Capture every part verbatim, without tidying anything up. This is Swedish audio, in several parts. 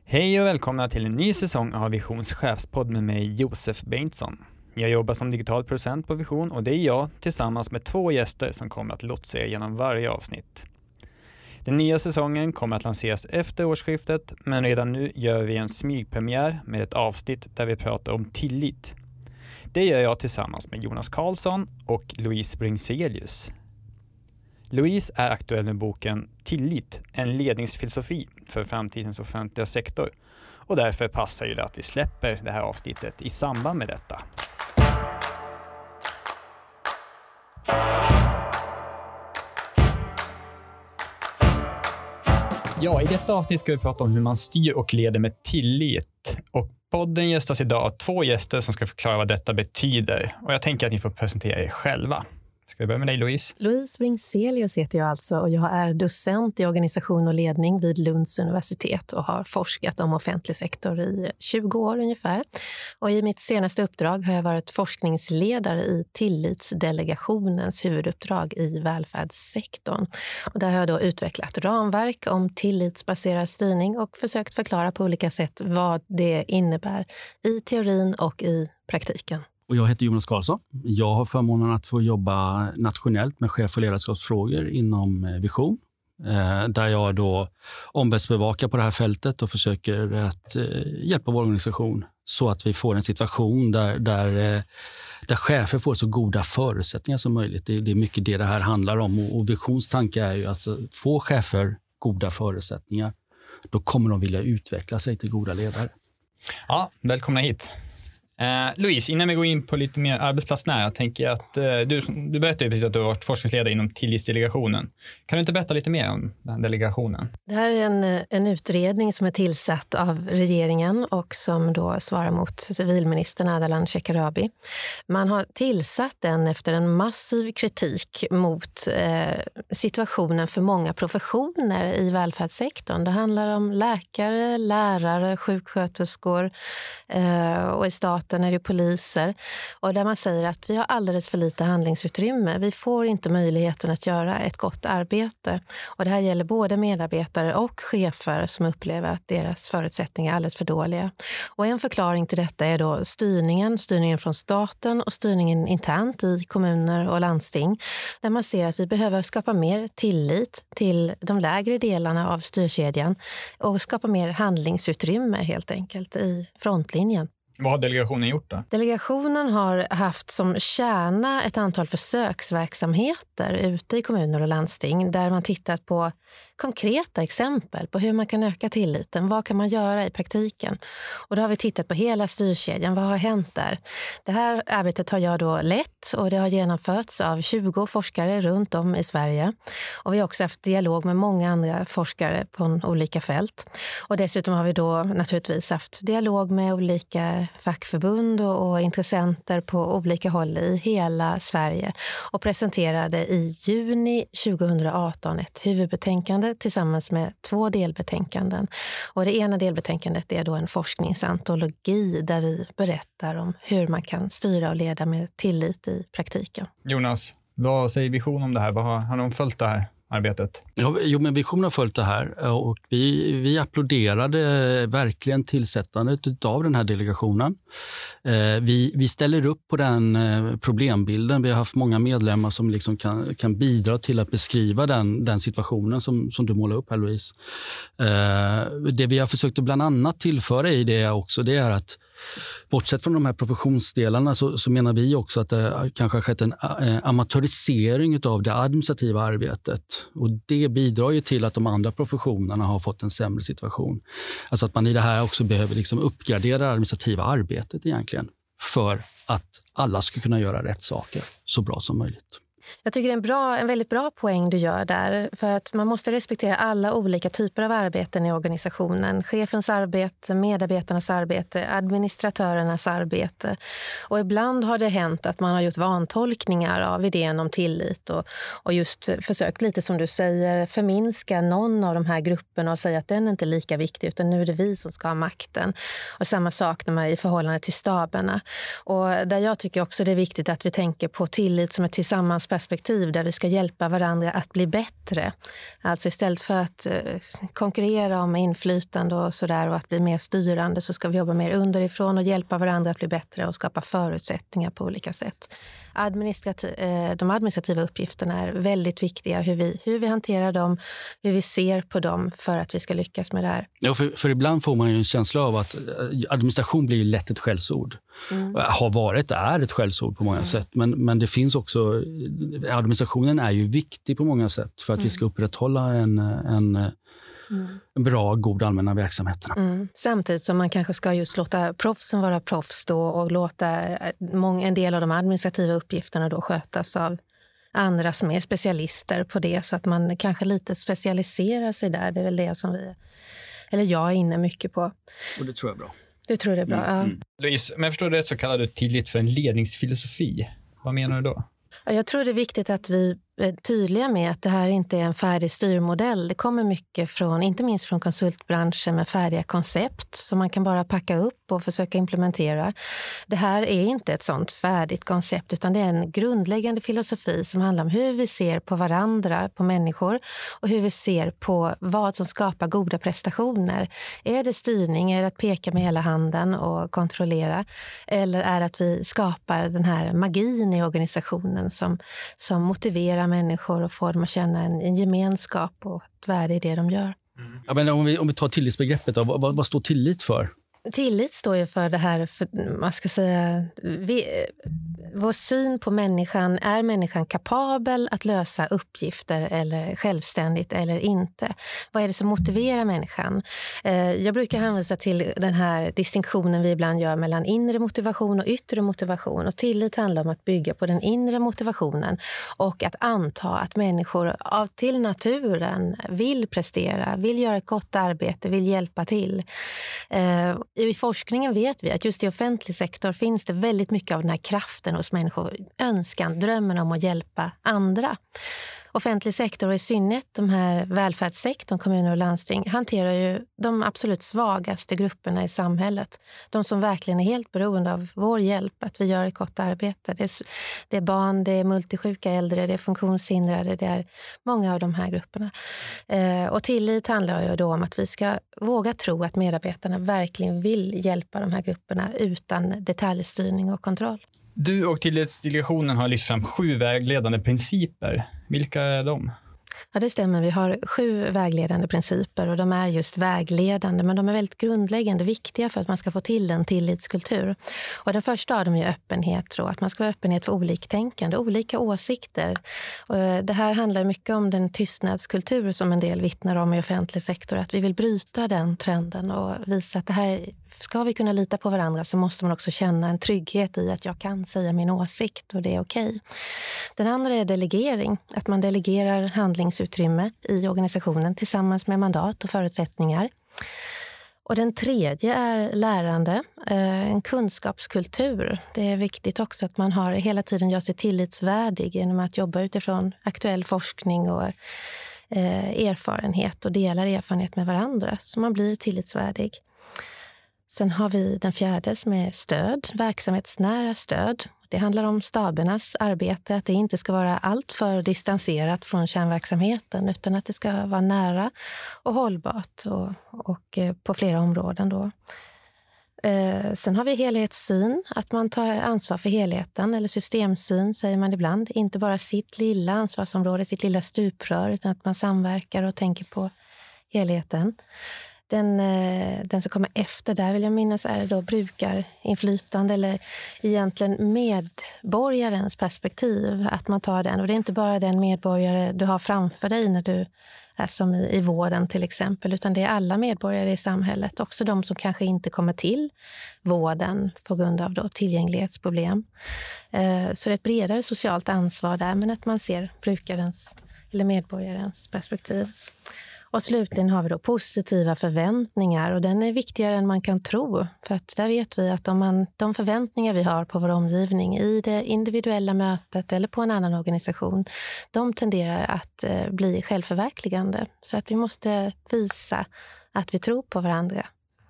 Hej och välkomna till en ny säsong av Visions chefspodd med mig, Josef Bengtsson. Jag jobbar som digital producent på Vision och det är jag tillsammans med två gäster som kommer att lotsa er genom varje avsnitt. Den nya säsongen kommer att lanseras efter årsskiftet, men redan nu gör vi en smygpremiär med ett avsnitt där vi pratar om tillit. Det gör jag tillsammans med Jonas Karlsson och Louise Bringselius. Louise är aktuell med boken Tillit, en ledningsfilosofi för framtidens offentliga sektor. Och därför passar ju det att vi släpper det här avsnittet i samband med detta. Ja, i detta avsnitt ska vi prata om hur man styr och leder med tillit. Och podden gästas idag av två gäster som ska förklara vad detta betyder. Och jag tänker att ni får presentera er själva. Ska vi börja med dig, Louise? Louise Bringselius heter jag alltså och jag är docent i organisation och ledning vid Lunds universitet och har forskat om offentlig sektor i tjugo år ungefär. Och i mitt senaste uppdrag har jag varit forskningsledare i tillitsdelegationens huvuduppdrag i välfärdssektorn. Och där har jag då utvecklat ramverk om tillitsbaserad styrning och försökt förklara på olika sätt vad det innebär i teorin och i praktiken. Och jag heter Jonas Karlsson. Jag har förmånen att få jobba nationellt med chef- och ledarskapsfrågor inom Vision. Där jag då omvärldsbevakar på det här fältet och försöker att hjälpa vår organisation så att vi får en situation där, där, där chefer får så goda förutsättningar som möjligt. Det, det är mycket det det här handlar om. Och Visions tanke är ju att få chefer goda förutsättningar. Då kommer de vilja utveckla sig till goda ledare. Ja, välkomna hit. Eh, Louise, innan vi går in på lite mer arbetsplatsnära, tänker jag att eh, du, du berättade ju precis att du har varit forskningsledare inom tillitsdelegationen. Kan du inte berätta lite mer om den delegationen? Det här är en, en utredning som är tillsatt av regeringen och som då svarar mot civilministern Ardalan Shekarabi. Man har tillsatt den efter en massiv kritik mot eh, situationen för många professioner i välfärdssektorn. Det handlar om läkare, lärare, sjuksköterskor eh, och i staten är det poliser, och där man säger att vi har alldeles för lite handlingsutrymme. Vi får inte möjligheten att göra ett gott arbete. Och det här gäller både medarbetare och chefer som upplever att deras förutsättningar är alldeles för dåliga. Och en förklaring till detta är då styrningen, styrningen från staten och styrningen internt i kommuner och landsting, där man ser att vi behöver skapa mer tillit till de lägre delarna av styrkedjan och skapa mer handlingsutrymme helt enkelt i frontlinjen. Vad har delegationen gjort då? Delegationen har haft som kärna ett antal försöksverksamheter ute i kommuner och landsting där man tittat på konkreta exempel på hur man kan öka tilliten. Vad kan man göra i praktiken? Och då har vi tittat på hela styrkedjan. Vad har hänt där? Det här arbetet har jag då lett och det har genomförts av tjugo forskare runt om i Sverige. Och vi har också haft dialog med många andra forskare på olika fält. Och dessutom har vi då naturligtvis haft dialog med olika fackförbund och, och intressenter på olika håll i hela Sverige och presenterade i juni tjugohundraarton ett huvudbetänkande tillsammans med två delbetänkanden. Och det ena delbetänkandet är då en forskningsantologi där vi berättar om hur man kan styra och leda med tillit i praktiken. Jonas, vad säger Vision om det här? Vad har, har de följt det här arbetet? Ja, jo, men Vision har följt det här och vi, vi applåderade verkligen tillsättandet av den här delegationen. Eh, vi, vi ställer upp på den eh, problembilden. Vi har haft många medlemmar som liksom kan, kan bidra till att beskriva den, den situationen som, som du målar upp här, Louise. Eh, det vi har försökt att bland annat tillföra i det också, det är att bortsett från de här professionsdelarna så, så menar vi också att det kanske har skett en eh, amatörisering av det administrativa arbetet. Och det bidrar ju till att de andra professionerna har fått en sämre situation. Alltså att man i det här också behöver liksom uppgradera det administrativa arbetet egentligen för att alla ska kunna göra rätt saker så bra som möjligt. Jag tycker det är en, bra, en väldigt bra poäng du gör där, för att man måste respektera alla olika typer av arbeten i organisationen. Chefens arbete, medarbetarnas arbete, administratörernas arbete. Och ibland har det hänt att man har gjort vantolkningar av idén om tillit och, och just försökt lite som du säger förminska någon av de här grupperna och säga att den är inte lika viktig utan nu är det vi som ska ha makten. Och samma sak när man är i förhållande till staberna. Och där jag tycker också det är viktigt att vi tänker på tillit som ett tillsammansperspektiv perspektiv där vi ska hjälpa varandra att bli bättre. Alltså istället för att konkurrera om inflytande och sådär och att bli mer styrande, så ska vi jobba mer underifrån och hjälpa varandra att bli bättre och skapa förutsättningar på olika sätt. Administrativ, de administrativa uppgifterna är väldigt viktiga, hur vi, hur vi hanterar dem, hur vi ser på dem för att vi ska lyckas med det här. Ja, för, för ibland får man ju en känsla av att administration blir ju lätt ett skällsord. Mm. Har varit, är ett skällsord på många mm. sätt. Men, men det finns också, administrationen är ju viktig på många sätt för att mm. vi ska upprätthålla en, en, mm. en bra, god allmänna verksamheterna. Mm. Samtidigt som man kanske ska just låta proffsen vara proffs då och låta en del av de administrativa uppgifterna då skötas av andra som är specialister på det, så att man kanske lite specialiserar sig där. Det är väl det som vi, eller jag är inne mycket på. Och det tror jag är bra. Du tror det är bra, mm. ja. Mm. Louise, men jag förstår det så kallar du tillit för en ledningsfilosofi. Vad menar du då? Jag tror det är viktigt att vi är tydliga med att det här inte är en färdig styrmodell. Det kommer mycket från, inte minst från konsultbranschen, med färdiga koncept som man kan bara packa upp och försöka implementera. Det här är inte ett sånt färdigt koncept, utan det är en grundläggande filosofi som handlar om hur vi ser på varandra, på människor, och hur vi ser på vad som skapar goda prestationer. Är det styrning, är det att peka med hela handen och kontrollera, eller är det att vi skapar den här magin i organisationen som, som motiverar människor och får dem att känna en, en gemenskap och ett värde i det de gör. Mm. Ja, men om, vi, om vi tar tillitsbegreppet, då, vad, vad står tillit för? Tillit står ju för det här, för, man ska säga, vi, vår syn på människan, är människan kapabel att lösa uppgifter eller självständigt eller inte? Vad är det som motiverar människan? Jag brukar hänvisa till den här distinktionen vi ibland gör mellan inre motivation och yttre motivation. Och tillit handlar om att bygga på den inre motivationen och att anta att människor av till naturen vill prestera, vill göra ett gott arbete, vill hjälpa till. I forskningen vet vi att just i offentlig sektor finns det väldigt mycket av den här kraften hos människor, önskan, drömmen om att hjälpa andra. Offentlig sektor och i synnerhet de här välfärdssektorn, kommuner och landsting, hanterar ju de absolut svagaste grupperna i samhället. De som verkligen är helt beroende av vår hjälp, att vi gör ett gott arbete. Det är, det är barn, det är multisjuka äldre, det är funktionshindrade, det är många av de här grupperna. Eh, och tillit handlar ju då om att vi ska våga tro att medarbetarna verkligen vill hjälpa de här grupperna utan detaljstyrning och kontroll. Du och tillitsdelegationen har lyft fram sju vägledande principer. Vilka är de? Ja, det stämmer. Vi har sju vägledande principer och de är just vägledande, men de är väldigt grundläggande, viktiga för att man ska få till en tillitskultur. Och den första av dem är öppenhet, tror att man ska vara öppenhet för oliktänkande, olika åsikter. Och det här handlar mycket om den tystnadskultur som en del vittnar om i offentlig sektor, att vi vill bryta den trenden och visa att det här, ska vi kunna lita på varandra så måste man också känna en trygghet i att jag kan säga min åsikt och det är okej. Den andra är delegering, att man delegerar handlingsutrymme i organisationen tillsammans med mandat och förutsättningar. Och den tredje är lärande, en kunskapskultur. Det är viktigt också att man har hela tiden gör sig tillitsvärdig genom att jobba utifrån aktuell forskning och erfarenhet och delar erfarenhet med varandra så man blir tillitsvärdig. Sen har vi den fjärde som är stöd, verksamhetsnära stöd. Det handlar om stabernas arbete, att det inte ska vara allt för distanserat från kärnverksamheten utan att det ska vara nära och hållbart och, och på flera områden då. Eh, sen har vi helhetssyn, att man tar ansvar för helheten, eller systemsyn säger man ibland. Inte bara sitt lilla ansvarsområde, sitt lilla stuprör, utan att man samverkar och tänker på helheten. Den, den som kommer efter där vill jag minnas är då brukarinflytande eller egentligen medborgarens perspektiv, att man tar den. Och det är inte bara den medborgare du har framför dig när du är som i, i vården till exempel, utan det är alla medborgare i samhället, också de som kanske inte kommer till vården på grund av då tillgänglighetsproblem. Eh, så det är ett bredare socialt ansvar där, men att man ser brukarens eller medborgarens perspektiv. Och slutligen har vi då positiva förväntningar och den är viktigare än man kan tro. För att där vet vi att om man, de förväntningar vi har på vår omgivning i det individuella mötet eller på en annan organisation, de tenderar att eh, bli självförverkligande. Så att vi måste visa att vi tror på varandra.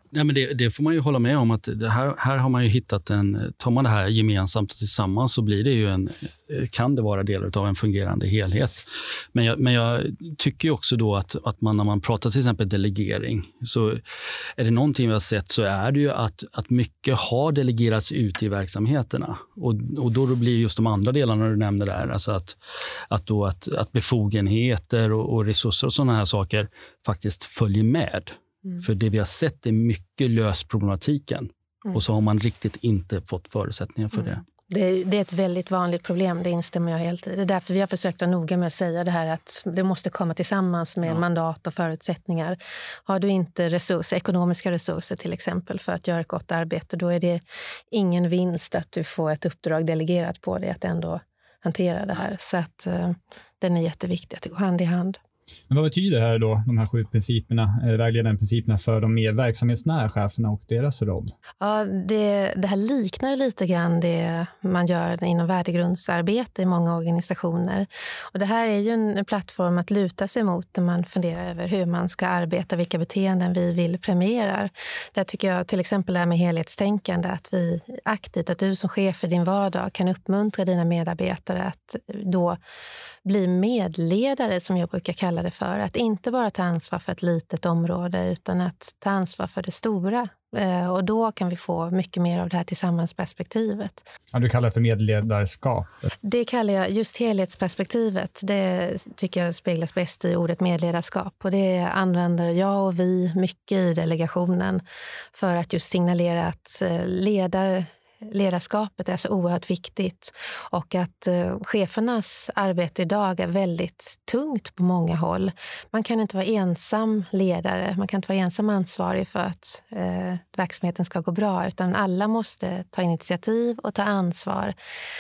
Nej, men det, det får man ju hålla med om att det här, här har man ju hittat en, tar man det här gemensamt och tillsammans så blir det ju en, kan det vara delar av en fungerande helhet. Men jag, men jag tycker ju också då att, att man när man pratar till exempel delegering så är det någonting vi har sett så är det ju att, att mycket har delegerats ut i verksamheterna och, och då, då blir just de andra delarna du nämnde där, alltså att, att, då att, att befogenheter och, och resurser och sådana här saker faktiskt följer med. Mm. För det vi har sett är mycket lös problematiken mm. och så har man riktigt inte fått förutsättningar för mm. det. Det är, det är ett väldigt vanligt problem, det instämmer jag helt i. Det är därför vi har försökt att noga med att säga det här att det måste komma tillsammans med ja. mandat och förutsättningar. Har du inte resurser, ekonomiska resurser till exempel för att göra ett gott arbete, då är det ingen vinst att du får ett uppdrag delegerat på dig att ändå hantera det här. Så att uh, den är jätteviktig att det går hand i hand. Men vad betyder det här då, de här sju principerna, eller vägledande principerna för de mer verksamhetsnära cheferna och deras roll? Ja, det, det här liknar ju lite grann det man gör inom värdegrundsarbete i många organisationer. Och det här är ju en plattform att luta sig mot när man funderar över hur man ska arbeta, vilka beteenden vi vill premiera. Där tycker jag till exempel det här med helhetstänkande, att vi aktivt, att du som chef för din vardag kan uppmuntra dina medarbetare att då bli medledare, som jag brukar kalla det för. Att inte bara ta ansvar för ett litet område utan att ta ansvar för det stora. Eh, och då kan vi få mycket mer av det här tillsammansperspektivet. Ja, du kallar det för medledarskap. Det kallar jag just helhetsperspektivet. Det tycker jag speglas bäst i ordet medledarskap. Och det använder jag och vi mycket i delegationen för att just signalera att ledare ledarskapet är så oerhört viktigt och att eh, chefernas arbete idag är väldigt tungt på många håll. Man kan inte vara ensam ledare, man kan inte vara ensam ansvarig för att eh, verksamheten ska gå bra, utan alla måste ta initiativ och ta ansvar.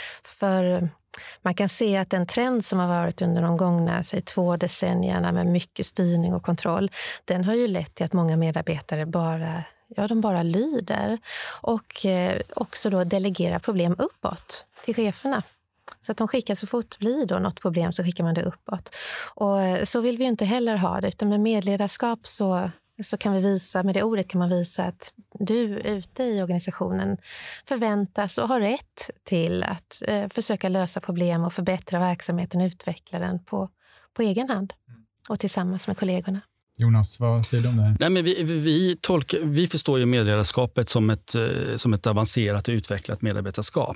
För man kan se att den trend som har varit under de gångna säg, två decennierna med mycket styrning och kontroll, den har ju lett till att många medarbetare bara Ja, de bara lyder och eh, också då delegerar problem uppåt till cheferna. Så att de skickar så fort blir då något problem så skickar man det uppåt. Och eh, så vill vi ju inte heller ha det, utan med medledarskap så, så kan vi visa, med det ordet kan man visa att du ute i organisationen förväntas och har rätt till att eh, försöka lösa problem och förbättra verksamheten och utveckla den på, på egen hand och tillsammans med kollegorna. Jonas, vad säger du om det här? Nej, men vi, vi, tolkar, vi förstår ju medledarskapet som ett, som ett avancerat och utvecklat medarbetarskap.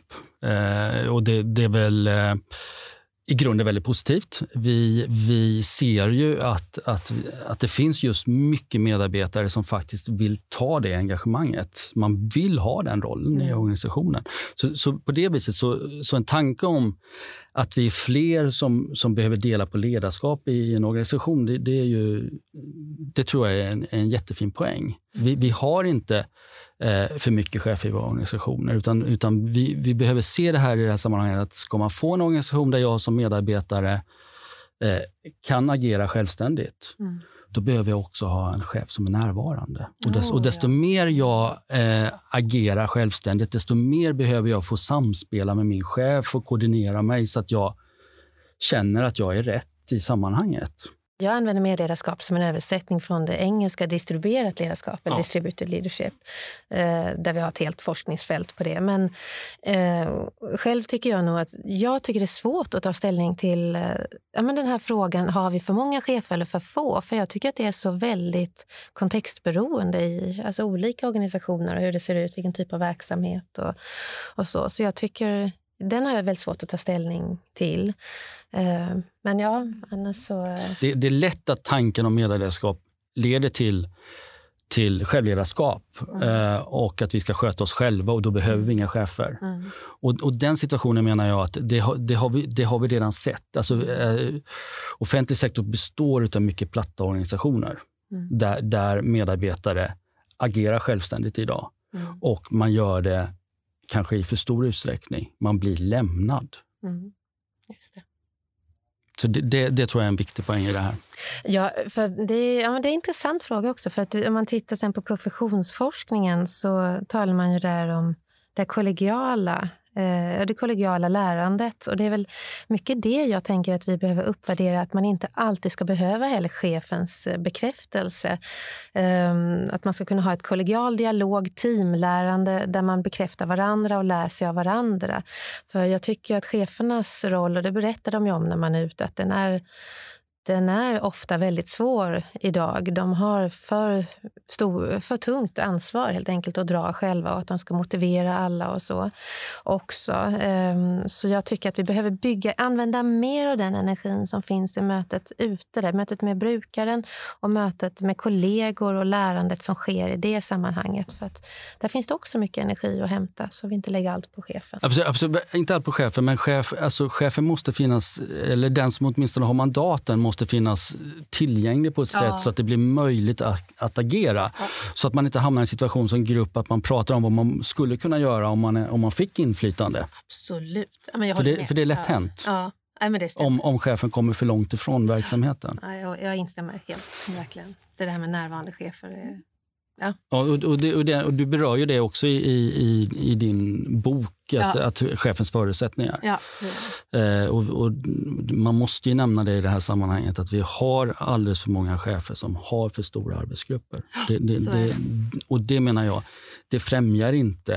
Eh, och det, det är väl eh, i grunden väldigt positivt. Vi, vi ser ju att, att, att det finns just mycket medarbetare som faktiskt vill ta det engagemanget. Man vill ha den rollen mm. i organisationen. Så, så på det viset så, så en tanke om att vi är fler som, som behöver dela på ledarskap i en organisation, det, det, är ju, det tror jag är en, en jättefin poäng. Vi, vi har inte eh, för mycket chefer i våra organisationer, utan, utan vi, vi behöver se det här i det här sammanhanget, att ska man få en organisation där jag som medarbetare eh, kan agera självständigt, mm. då behöver jag också ha en chef som är närvarande. Och, dess, och desto mer jag eh, agerar självständigt, desto mer behöver jag få samspela med min chef och koordinera mig så att jag känner att jag är rätt i sammanhanget. Jag använder medledarskap som en översättning från det engelska distribuerat ledarskap, eller ja. distributed leadership, eh, där vi har ett helt forskningsfält på det. Men eh, själv tycker jag nog att jag tycker det är svårt att ta ställning till eh, ja, men den här frågan, har vi för många chefer eller för få? För jag tycker att det är så väldigt kontextberoende i alltså, olika organisationer och hur det ser ut, vilken typ av verksamhet och, och så. Så jag tycker... Den har jag väldigt svårt att ta ställning till. Uh, men ja, annars så... Uh... Det, det är lätt att tanken om medledarskap leder till, till självledarskap mm. uh, och att vi ska sköta oss själva och då behöver vi inga chefer. Mm. Och, och den situationen menar jag att det, det, har, vi, det har vi redan sett. Alltså, uh, offentlig sektor består av mycket platta organisationer mm. där, där medarbetare agerar självständigt idag. Mm. Och man gör det kanske i för stor utsträckning. Man blir lämnad. Mm. Just det. Så det, det, det tror jag är en viktig poäng i det här. Ja, för det, ja, men det är en intressant fråga också. För att om man tittar sen på professionsforskningen så talar man ju där om det kollegiala eh, det kollegiala lärandet. Och det är väl mycket det jag tänker att vi behöver uppvärdera, att man inte alltid ska behöva heller chefens bekräftelse. Eh, att man ska kunna ha ett kollegial dialog, teamlärande där man bekräftar varandra och lär sig av varandra. För jag tycker att chefernas roll, och det berättar de ju om när man är ute, att den är Den är ofta väldigt svår idag. De har för, stor, för tungt ansvar helt enkelt att dra själva, och att de ska motivera alla och så också. Så jag tycker att vi behöver bygga, använda mer av den energin som finns i mötet ute där. Mötet med brukaren och mötet med kollegor och lärandet som sker i det sammanhanget. För att där finns det också mycket energi att hämta, så vi inte lägger allt på chefen. Absolut, absolut inte allt på chefen, men chef, alltså chefen måste finnas, eller den som åtminstone har mandaten måste måste finnas tillgänglig på ett ja. sätt så att det blir möjligt att, att agera. Ja. Så att man inte hamnar i en situation som grupp att man pratar om vad man skulle kunna göra om man, om man fick inflytande. Absolut. Ja, men jag för, det, för det är lätt ja. hänt. Ja. Ja, men det om, om chefen kommer för långt ifrån verksamheten. Ja, jag, jag instämmer helt, verkligen. Det där med närvarande chefer är... Ja. Ja, och, och, det, och, det, och du berör ju det också i, i, i din bok, att, ja. att chefens förutsättningar. Ja. Eh, och, och man måste ju nämna det i det här sammanhanget, att vi har alldeles för många chefer som har för stora arbetsgrupper. Det, det, det, det. Och det menar jag, det främjar inte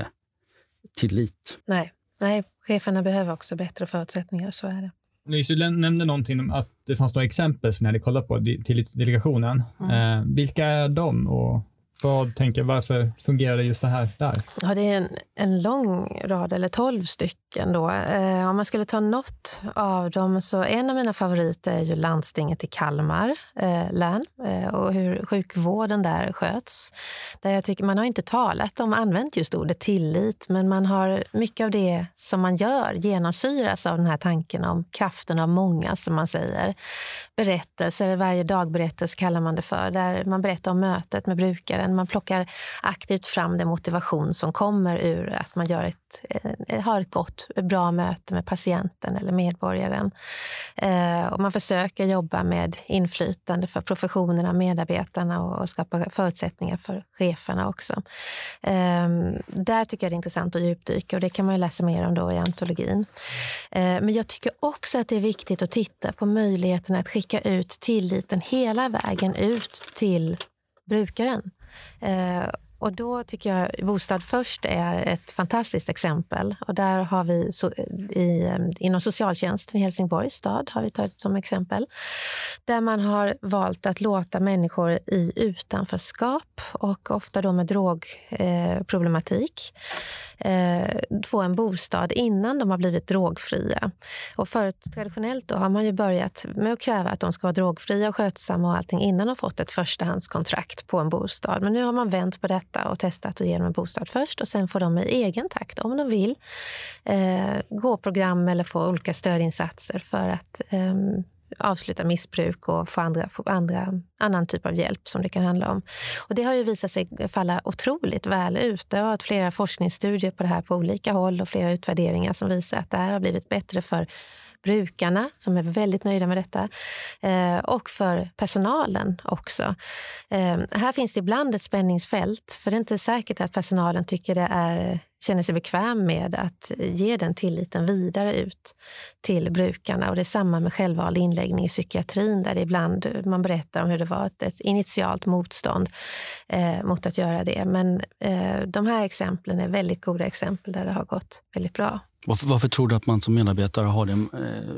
tillit. Nej, Nej, cheferna behöver också bättre förutsättningar, så är det. Du nämnde någonting om att det fanns några exempel som ni hade kollat på tillitsdelegationen. Mm. Eh, vilka är de och vad tänker, varför fungerar det just det här där? Ja, det är en, en lång rad, eller tolv stycken då. Eh, om man skulle ta något av dem, så en av mina favoriter är ju landstinget i Kalmar eh, län eh, och hur sjukvården där sköts. Där jag tycker man har inte talat om, använt just ordet tillit, men man har mycket av det som man gör genomsyras av den här tanken om kraften av många, som man säger. Berättelser, varje dagberättelse kallar man det för, där man berättar om mötet med brukaren. Man plockar aktivt fram den motivation som kommer ur att man gör ett, har ett gott, bra möte med patienten eller medborgaren. Eh, och man försöker jobba med inflytande för professionerna, medarbetarna, och, och skapa förutsättningar för cheferna också. Eh, där tycker jag det är intressant att djupdyka, och det kan man ju läsa mer om då i antologin. Eh, men jag tycker också att det är viktigt att titta på möjligheten att skicka ut tilliten hela vägen ut till brukaren. Eh, och då tycker jag Bostad först är ett fantastiskt exempel, och där har vi so- i, inom socialtjänsten i Helsingborgs stad har vi tagit som exempel, där man har valt att låta människor i utanförskap och ofta då med drogproblematik eh, eh, få en bostad innan de har blivit drogfria. Och förut traditionellt då har man ju börjat med att kräva att de ska vara drogfria och skötsamma och allting innan de fått ett förstahandskontrakt på en bostad. Men nu har man vänt på detta och testat att ge dem en bostad först, och sen får de i egen takt, om de vill, eh, gå program eller få olika stödinsatser för att eh, avsluta missbruk och få andra, andra, annan typ av hjälp som det kan handla om. Och det har ju visat sig falla otroligt väl ut. Det har varit flera forskningsstudier på det här på olika håll och flera utvärderingar som visar att det här har blivit bättre för brukarna, som är väldigt nöjda med detta, eh, och för personalen också. Eh, här finns det ibland ett spänningsfält, för det är inte säkert att personalen tycker det är, känner sig bekväm med att ge den tilliten vidare ut till brukarna. Och det är samma med självvald inläggning i psykiatrin, där det ibland man berättar om hur det var ett, ett initialt motstånd eh, mot att göra det. Men eh, de här exemplen är väldigt goda exempel där det har gått väldigt bra. Varför, varför tror du att man som medarbetare har det, eh,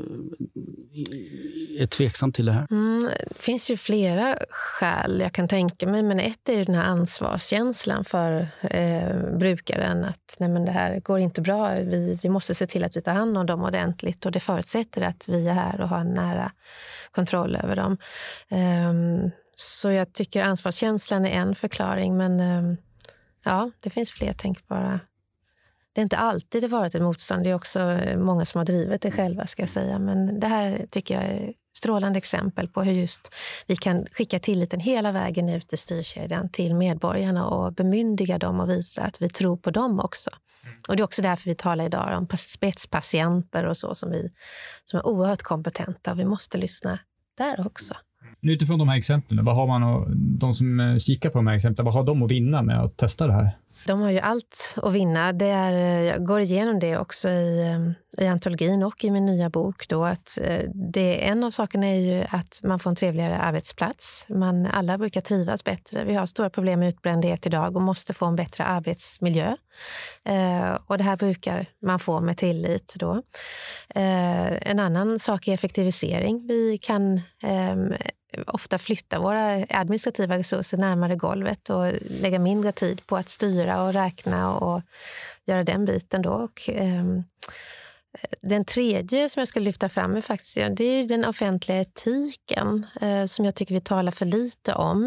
är tveksam till det här? Mm, det finns ju flera skäl jag kan tänka mig, men ett är ju den här ansvarskänslan för eh, brukaren, att nej, men det här går inte bra, vi, vi måste se till att vi tar hand om dem ordentligt, och det förutsätter att vi är här och har en nära kontroll över dem. Eh, så jag tycker ansvarskänslan är en förklaring, men eh, ja, det finns fler tänkbara. Det är inte alltid det varit ett motstånd. Det är också många som har drivit det själva, ska jag säga. Men det här tycker jag är strålande exempel på hur just vi kan skicka tilliten hela vägen ut i styrkedjan till medborgarna och bemyndiga dem och visa att vi tror på dem också. Och det är också därför vi talar idag om spetspatienter och så som, vi, som är oerhört kompetenta. Vi måste lyssna där också. Utifrån de här exemplen, vad har man och de som kikar på de här exemplen, vad har de att vinna med att testa det här? De har ju allt att vinna. Det är, jag går igenom det också i, i antologin och i min nya bok. Då, att det, en av sakerna är ju att man får en trevligare arbetsplats. Man, alla brukar trivas bättre. Vi har stora problem med utbrändhet idag och måste få en bättre arbetsmiljö. Eh, och det här brukar man få med tillit då. Eh, en annan sak är effektivisering. Vi kan eh, ofta flytta våra administrativa resurser närmare golvet och lägga mindre tid på att styra och räkna och göra den biten då. Och, eh, den tredje som jag ska lyfta fram är faktiskt det är den offentliga etiken eh, som jag tycker vi talar för lite om.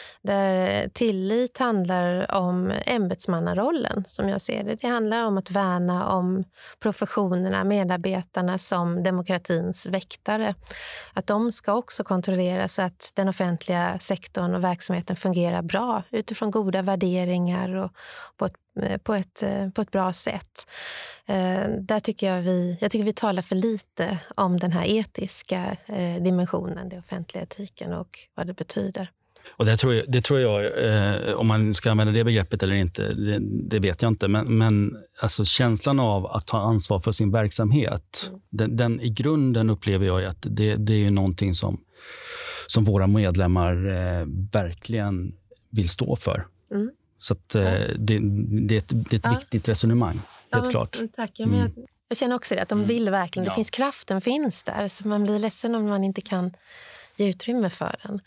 Där tillit handlar om ämbetsmannarollen som jag ser det. Det handlar om att värna om professionerna, medarbetarna som demokratins väktare. Att de ska också kontrollera så att den offentliga sektorn och verksamheten fungerar bra utifrån goda värderingar och på ett På ett, på ett bra sätt. Eh, där tycker jag vi, jag tycker vi talar för lite om den här etiska eh, dimensionen, den offentliga etiken och vad det betyder. Och det tror jag, det tror jag eh, om man ska använda det begreppet eller inte, det, det vet jag inte. Men, men alltså känslan av att ta ansvar för sin verksamhet, mm. den, den i grunden upplever jag att det, det är ju någonting som, som våra medlemmar eh, verkligen vill stå för. Mm. Så att, ja. det, det är ett, det är ett ja. viktigt resonemang, helt ja, klart. Tack. Ja, men jag, jag känner också det, att de vill verkligen. Ja. Det finns kraften finns där, så man blir ledsen om man inte kan ge utrymme för den.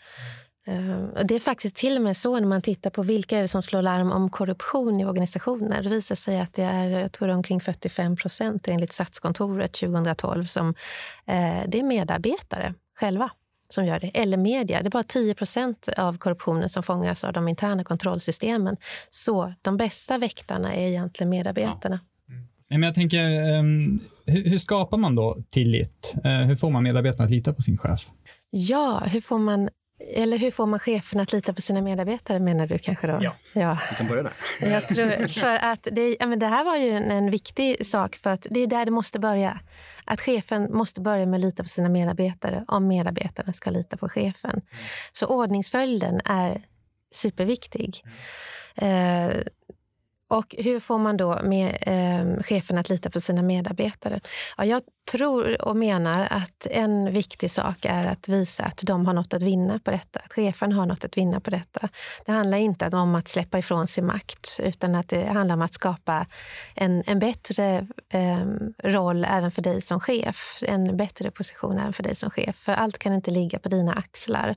Uh, det är faktiskt till och med så när man tittar på vilka är det som slår larm om korruption i organisationer. Det visar sig att det är, jag tror det är omkring fyrtiofem procent enligt Statskontoret tjugohundratolv som uh, det är medarbetare själva som gör det, eller media. Det är bara tio procent av korruptionen som fångas av de interna kontrollsystemen. Så de bästa väktarna är egentligen medarbetarna. Ja. Mm. Men jag tänker, um, hur, hur skapar man då tillit? Uh, hur får man medarbetarna att lita på sin chef? Ja, hur får man Eller hur får man chefen att lita på sina medarbetare, menar du kanske då? Ja, ja. Vi kan börja där. Jag tror, för att det, ja, men det här var ju en, en viktig sak, för att det är där det måste börja. Att chefen måste börja med att lita på sina medarbetare om medarbetarna ska lita på chefen. Mm. Så ordningsföljden är superviktig. Mm. Eh, Och hur får man då med eh, chefen att lita på sina medarbetare? Ja, jag tror och menar att en viktig sak är att visa att de har något att vinna på detta. Att chefen har något att vinna på detta. Det handlar inte om att släppa ifrån sig makt, utan att det handlar om att skapa en, en bättre eh, roll även för dig som chef. En bättre position även för dig som chef. För allt kan inte ligga på dina axlar.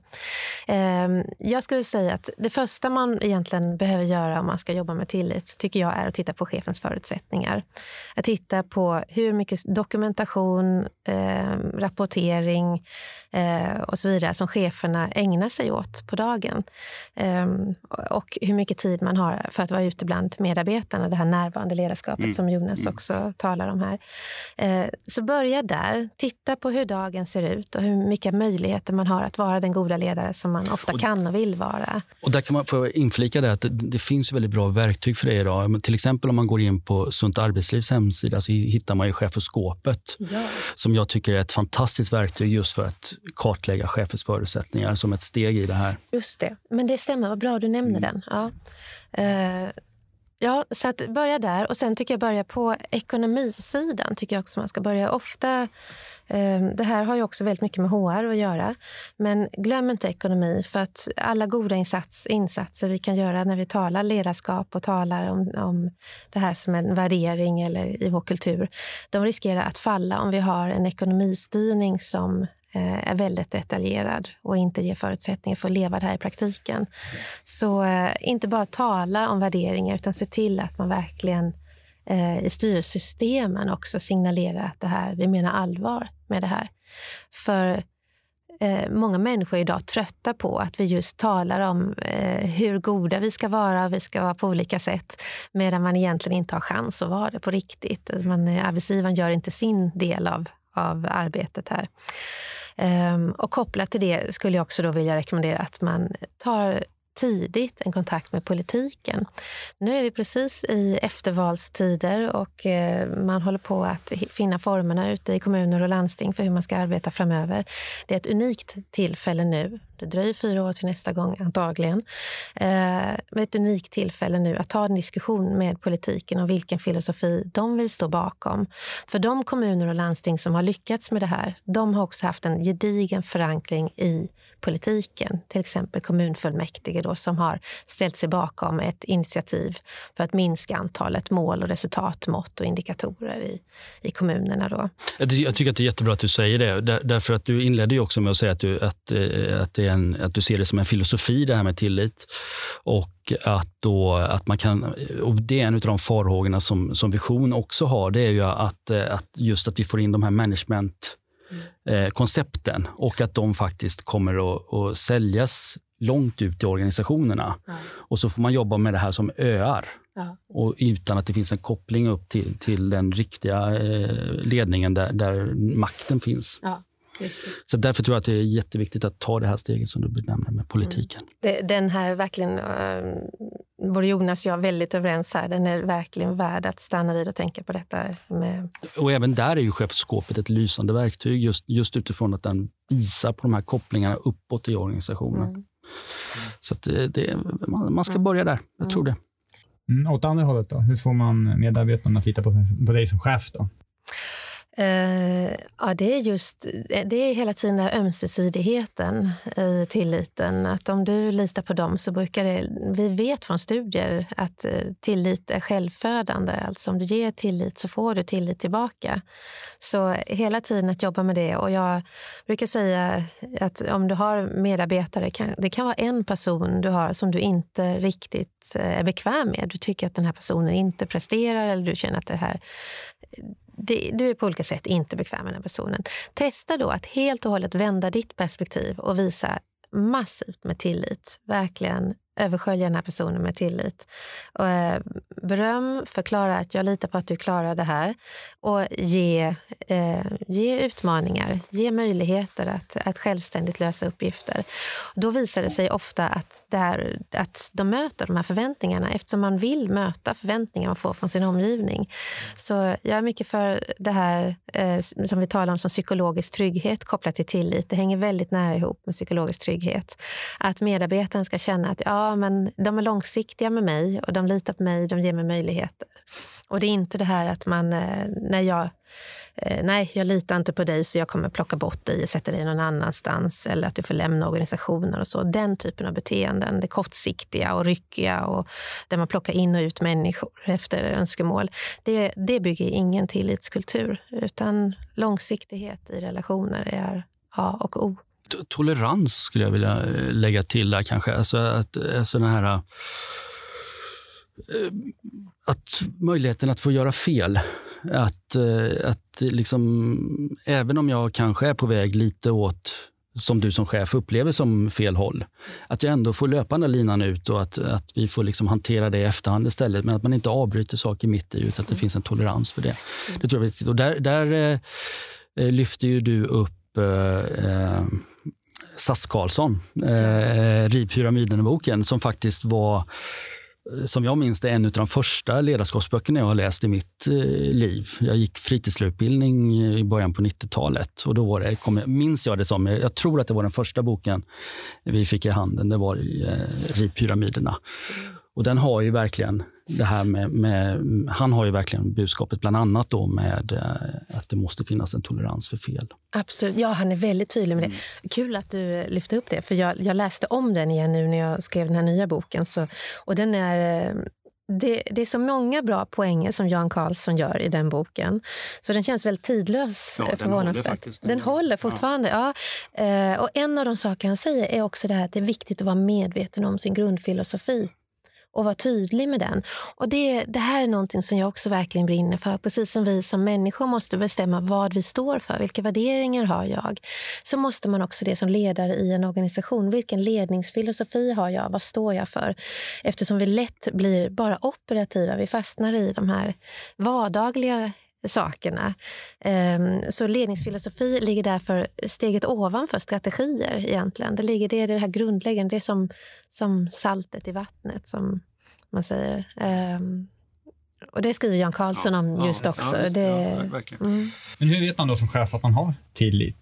Eh, jag skulle säga att det första man egentligen behöver göra om man ska jobba med tillit, tycker jag, är att titta på chefens förutsättningar. Att titta på hur mycket dokumentation, eh, rapportering eh, och så vidare som cheferna ägnar sig åt på dagen. Eh, och hur mycket tid man har för att vara ute bland medarbetarna, det här närvarande ledarskapet mm. som Jonas mm. också talar om här. Eh, så börja där, titta på hur dagen ser ut och hur mycket möjligheter man har att vara den goda ledare som man ofta och, kan och vill vara. Och där kan man få inflika det att det, det finns väldigt bra verktyg för det idag. Men till exempel om man går in på Sunt Arbetslivs hemsida så hittar man ju Cheferskåpet. Ja. Som jag tycker är ett fantastiskt verktyg just för att kartlägga chefens förutsättningar som ett steg i det här. Just det, men det stämmer, vad bra du nämner mm. den. Ja. Uh, ja, så att börja där, och sen tycker jag börja på ekonomisidan tycker jag också man ska börja. Ofta, uh, det här har ju också väldigt mycket med H R att göra, men glöm inte ekonomi, för att alla goda insats, insatser vi kan göra när vi talar ledarskap och talar om, om det här som en värdering eller i vår kultur, de riskerar att falla om vi har en ekonomistyrning som är väldigt detaljerad och inte ger förutsättningar för att leva det här i praktiken. Så eh, inte bara tala om värderingar, utan se till att man verkligen eh, i styrsystemen också signalerar att det här, vi menar allvar med det här. För eh, många människor är idag trötta på att vi just talar om eh, hur goda vi ska vara, och vi ska vara på olika sätt, medan man egentligen inte har chans att vara det på riktigt. Man, arbetsgivaren gör inte sin del av av arbetet här. Um, och kopplat till det skulle jag också då vilja rekommendera att man tar tidigt en kontakt med politiken. Nu är vi precis i eftervalstider och eh, man håller på att finna formerna ute i kommuner och landsting för hur man ska arbeta framöver. Det är ett unikt tillfälle nu Det dröjer fyra år till nästa gång antagligen. Eh, ett unikt tillfälle nu att ta en diskussion med politiken om vilken filosofi de vill stå bakom. För de kommuner och landsting som har lyckats med det här, de har också haft en gedigen förankring i politiken. Till exempel kommunfullmäktige då, som har ställt sig bakom ett initiativ för att minska antalet mål och resultatmått och indikatorer i, i kommunerna då. Jag tycker att det är jättebra att du säger det. Där, därför att du inledde ju också med att säga att du, att, att, det är en, att du ser det som en filosofi, det här med tillit. Och att, då, att man kan, och det är en av de farhågorna som, som Vision också har, det är ju att, att just att vi får in de här management Eh, koncepten och att de faktiskt kommer att, att säljas långt ut i organisationerna. Ja. Och så får man jobba med det här som öar. Ja. Och utan att det finns en koppling upp till, till den riktiga eh, ledningen där, där makten finns. Ja. Just det. Så därför tror jag att det är jätteviktigt att ta det här steget som du benämner med politiken. Mm. Den här verkligen, både Jonas och jag är väldigt överens här, den är verkligen värd att stanna vid och tänka på detta. Med... Och även där är ju chefskapet ett lysande verktyg just, just utifrån att den visar på de här kopplingarna uppåt i organisationen. Mm. Så att det, det, man, man ska mm. börja där, jag mm. tror det. Mm, åt andra hållet då, hur får man medarbetarna att lita på, på dig som chef då? Uh, ja, det är just det är hela tiden den här ömsesidigheten i tilliten. Att om du litar på dem så brukar det, vi vet från studier att tillit är självfödande. Alltså om du ger tillit så får du tillit tillbaka. Så hela tiden att jobba med det. Och jag brukar säga att om du har medarbetare, kan, det kan vara en person du har som du inte riktigt är bekväm med. Du tycker att den här personen inte presterar eller du känner att det här... Det, du är på olika sätt inte bekväm med den personen. Testa då att helt och hållet vända ditt perspektiv och visa massivt med tillit. Verkligen överskölja den här personen med tillit. Och, eh, beröm, förklara att jag litar på att du klarar det här. Och ge, eh, ge utmaningar, ge möjligheter att, att självständigt lösa uppgifter. Då visar det sig ofta att, det här, att de möter de här förväntningarna eftersom man vill möta förväntningar man får från sin omgivning. Så jag är mycket för det här eh, som vi talar om som psykologisk trygghet kopplat till tillit. Det hänger väldigt nära ihop med psykologisk trygghet. Att medarbetaren ska känna att ja, men de är långsiktiga med mig och de litar på mig, de ger mig möjligheter. Och det är inte det här att man, när jag, nej jag litar inte på dig så jag kommer plocka bort dig och sätta dig någon annanstans eller att du får lämna organisationer och så. Den typen av beteenden, det kortsiktiga och ryckiga och där man plockar in och ut människor efter önskemål. Det, det bygger ingen tillitskultur utan långsiktighet i relationer är A och O. Tolerans skulle jag vilja lägga till där kanske. Alltså att alltså den här att möjligheten att få göra fel. Att, att liksom, även om jag kanske är på väg lite åt som du som chef upplever som fel håll. Att jag ändå får löpa den där linan ut och att, att vi får liksom hantera det i efterhand istället. Men att man inte avbryter saker mitt i utan att det finns en tolerans för det. Det tror jag är viktigt. Och där, där eh, lyfter ju du upp Eh, Sass Karlsson, eh, Rivpyramiden-boken som faktiskt var, som jag minns det, en av de första ledarskapsböckerna jag har läst i mitt eh, liv. Jag gick fritidsutbildning i början på nittiotalet och då var det, kom, minns jag det som, jag tror att det var den första boken vi fick i handen, det var eh, Rivpyramiderna. Och den har ju verkligen det här med, med, han har ju verkligen budskapet bland annat då med eh, att det måste finnas en tolerans för fel. Absolut, ja han är väldigt tydlig med det. Mm. Kul att du lyfte upp det för jag, jag läste om den igen nu när jag skrev den här nya boken. Så, och den är... Det, det är så många bra poänger som Jan Karlsson gör i den boken. Så den känns väldigt tidlös. Ja, den håller faktiskt. Den håller fortfarande, ja. ja. Och en av de saker han säger är också det här att det är viktigt att vara medveten om sin grundfilosofi. Och vara tydlig med den. Och det, det här är någonting som jag också verkligen brinner för. Precis som vi som människor måste bestämma vad vi står för. Vilka värderingar har jag? Så måste man också det som ledare i en organisation. Vilken ledningsfilosofi har jag? Vad står jag för? Eftersom vi lätt blir bara operativa. Vi fastnar i de här vardagliga sakerna. Så ledningsfilosofi ligger därför steget ovanför strategier egentligen. Det ligger det, är det här grundläggande, det är som, som saltet i vattnet som man säger. Och det skriver Jan Karlsson om just ja, också. Ja, det, ja, verkligen. Mm. Men hur vet man då som chef att man har tillit?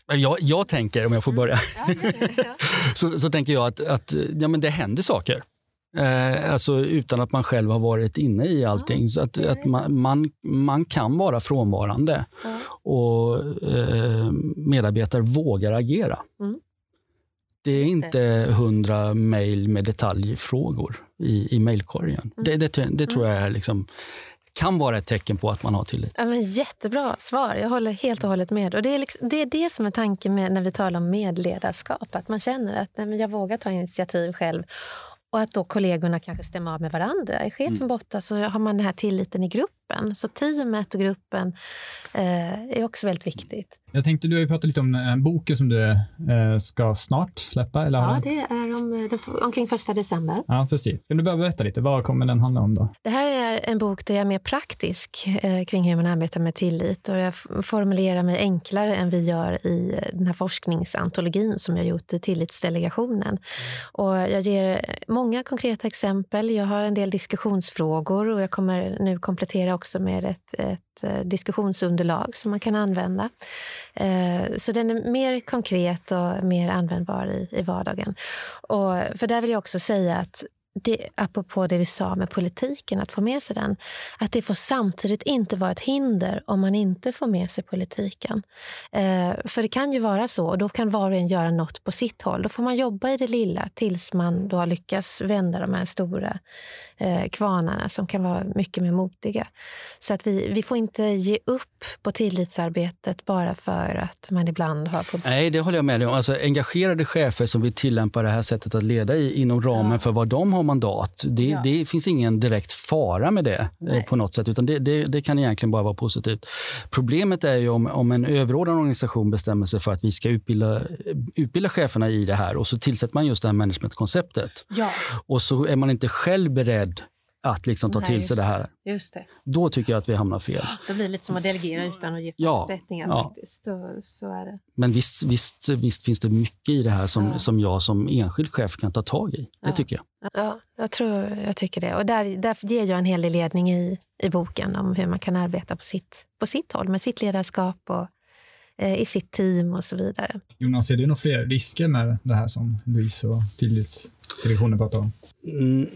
Jag, jag tänker, om jag får börja, Ja, ja, ja. så, så tänker jag att, att ja, men det händer saker. Eh, alltså utan att man själv har varit inne i allting. Ja, så att, att man, man, man kan vara frånvarande ja. och eh, medarbetare vågar agera. Mm. Det är inte hundra mejl med detaljfrågor i, i mejlkorgen. Mm. Det, det, det tror jag är liksom, kan vara ett tecken på att man har tillit. Ja, men jättebra svar. Jag håller helt och hållet med. Och det är, liksom, det är det som är tanken med när vi talar om medledarskap. Att man känner att nej, men jag vågar ta initiativ själv. Och att då kollegorna kanske stämmer av med varandra. Är chefen mm. borta så har man den här tilliten i gruppen. Så teamet och gruppen eh, är också väldigt viktigt. Jag tänkte, du har ju pratat lite om en bok som du eh, ska snart släppa. Eller ja, det är om, omkring första december. Ja, precis. Kan du börja berätta lite? Vad kommer den handla om då? Det här är en bok där jag är mer praktisk eh, kring hur man arbetar med tillit. Och jag formulerar mig enklare än vi gör i den här forskningsantologin som jag gjort i Tillitsdelegationen. Mm. Och jag ger många konkreta exempel. Jag har en del diskussionsfrågor och jag kommer nu komplettera också med ett, ett diskussionsunderlag som man kan använda. Så den är mer konkret och mer användbar i, i vardagen. Och för där vill jag också säga att det, apropå det vi sa med politiken, att få med sig den, att det får samtidigt inte vara ett hinder om man inte får med sig politiken. Eh, för det kan ju vara så, och då kan var och en göra något på sitt håll. Då får man jobba i det lilla tills man då har lyckats vända de här stora eh, kvarnarna som kan vara mycket mer modiga. Så att vi, vi får inte ge upp på tillitsarbetet bara för att man ibland har problem. Nej, det håller jag med om. Alltså, engagerade chefer som vill tillämpa det här sättet att leda i inom ramen ja. för vad de har mandat. Det, ja. det finns ingen direkt fara med det eh, på något sätt, utan det, det, det kan egentligen bara vara positivt. Problemet är ju om, om en överordnad organisation bestämmer sig för att vi ska utbilda, utbilda cheferna i det här och så tillsätter man just det här managementkonceptet. Ja. Och så är man inte själv beredd att liksom ta Nej, till sig det här. Just det. Då tycker jag att vi hamnar fel. Det blir lite som att delegera utan att ge ja, förutsättningar ja. faktiskt. Så, så är det. Men visst, visst, visst finns det mycket i det här som, ja. som jag som enskild chef kan ta tag i. Det ja. tycker jag. Ja, jag tror jag tycker det. Och där, där ger jag en hel del ledning i, i boken om hur man kan arbeta på sitt, på sitt håll med sitt ledarskap och eh, i sitt team och så vidare. Jonas, ser du några fler risker med det här som Louise och Tillitsdirektionen pratar om? Mm,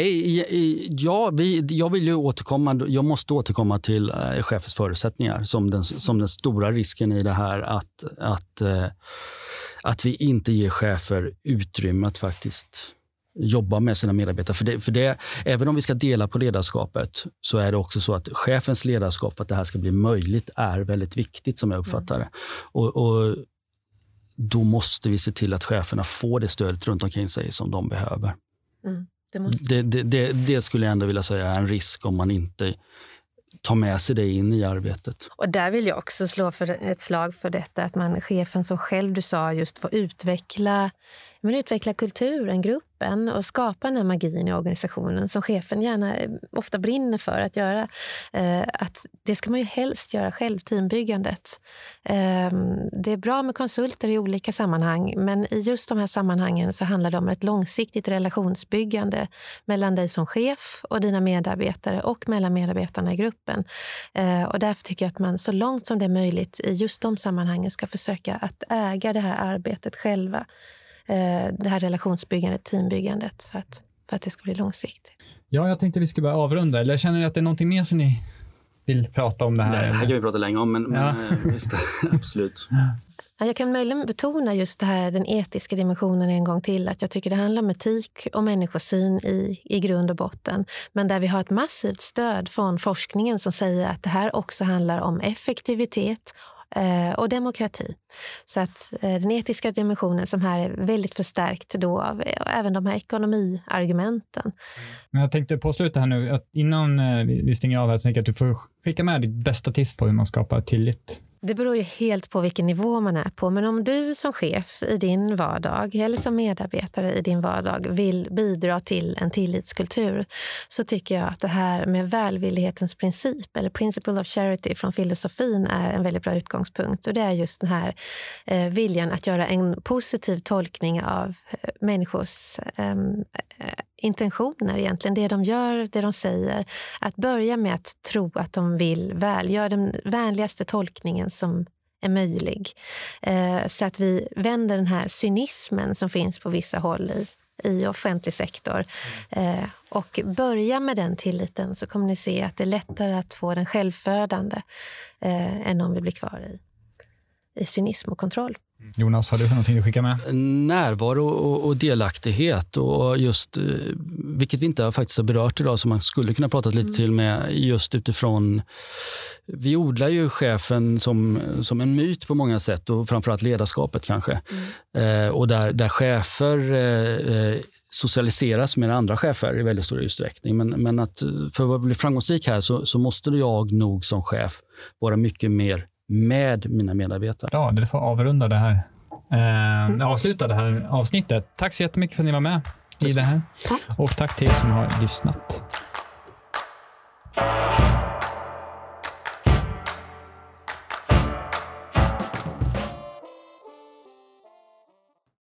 nej, ja, vi, jag vill ju återkomma, jag måste återkomma till eh, chefens förutsättningar som den, som den stora risken i det här att, att, eh, att vi inte ger chefer utrymme att faktiskt jobba med sina medarbetare. För det, för det, även om vi ska dela på ledarskapet så är det också så att chefens ledarskap för att det här ska bli möjligt är väldigt viktigt som jag uppfattar det. Och, och då måste vi se till att cheferna får det stödet runt omkring sig som de behöver. Mm, det, måste... det, det, det, det skulle jag ändå vilja säga är en risk om man inte tar med sig det in i arbetet. Och där vill jag också slå för ett slag för detta att man, chefen som själv du sa just får utveckla, men utveckla kulturen, gruppen och skapa den här magin i organisationen som chefen gärna ofta brinner för att göra. Eh, att det ska man ju helst göra själv, teambyggandet. Eh, det är bra med konsulter i olika sammanhang, men i just de här sammanhangen så handlar det om ett långsiktigt relationsbyggande mellan dig som chef och dina medarbetare och mellan medarbetarna i gruppen. Eh, och därför tycker jag att man så långt som det är möjligt i just de sammanhangen ska försöka att äga det här arbetet själva. Det här relationsbyggandet, teambyggandet för att, för att det ska bli långsiktigt. Ja, jag tänkte vi ska börja avrunda. Eller känner ni att det är någonting mer som ni vill prata om det här? Nej, det här kan vi prata länge om, men, ja. men visst, absolut. Ja, jag kan möjligen betona just det här, den etiska dimensionen en gång till. Att jag tycker det handlar om etik och människosyn i, i grund och botten. Men där vi har ett massivt stöd från forskningen som säger att det här också handlar om effektivitet och demokrati. Så att den etiska dimensionen som här är väldigt förstärkt då av även de här ekonomiargumenten. Men jag tänkte på slutet här nu, att innan vi stänger av här, så tänker jag att du får skicka med ditt bästa tips på hur man skapar tillit. Det beror ju helt på vilken nivå man är på. Men om du som chef i din vardag eller som medarbetare i din vardag vill bidra till en tillitskultur så tycker jag att det här med välvillighetens princip eller principle of charity från filosofin är en väldigt bra utgångspunkt. Och det är just den här eh, viljan att göra en positiv tolkning av eh, människors eh, intentioner egentligen, det de gör, det de säger. Att börja med att tro att de vill väl, gör den vänligaste tolkningen som är möjlig. Eh, så att vi vänder den här cynismen som finns på vissa håll i, i offentlig sektor. Eh, och börja med den tilliten, så kommer ni se att det är lättare att få den självfödande eh, än om vi blir kvar i, i cynism och kontroll. Jonas, har du någonting att skicka med? Närvaro och, och delaktighet, och just, vilket vi inte har faktiskt har berört idag, som man skulle kunna prata lite mm. till med, just utifrån, vi odlar ju chefen som, som en myt på många sätt, och framförallt ledarskapet kanske. Mm. Eh, och där, där chefer eh, socialiseras med andra chefer i väldigt stor utsträckning. Men, men att för att bli framgångsrik här så, så måste jag nog som chef vara mycket mer med mina medarbetare. Ja, det får avrunda det här. Eh, avsluta det här avsnittet. Tack så jättemycket för att ni var med i det här. Och tack till er som har lyssnat.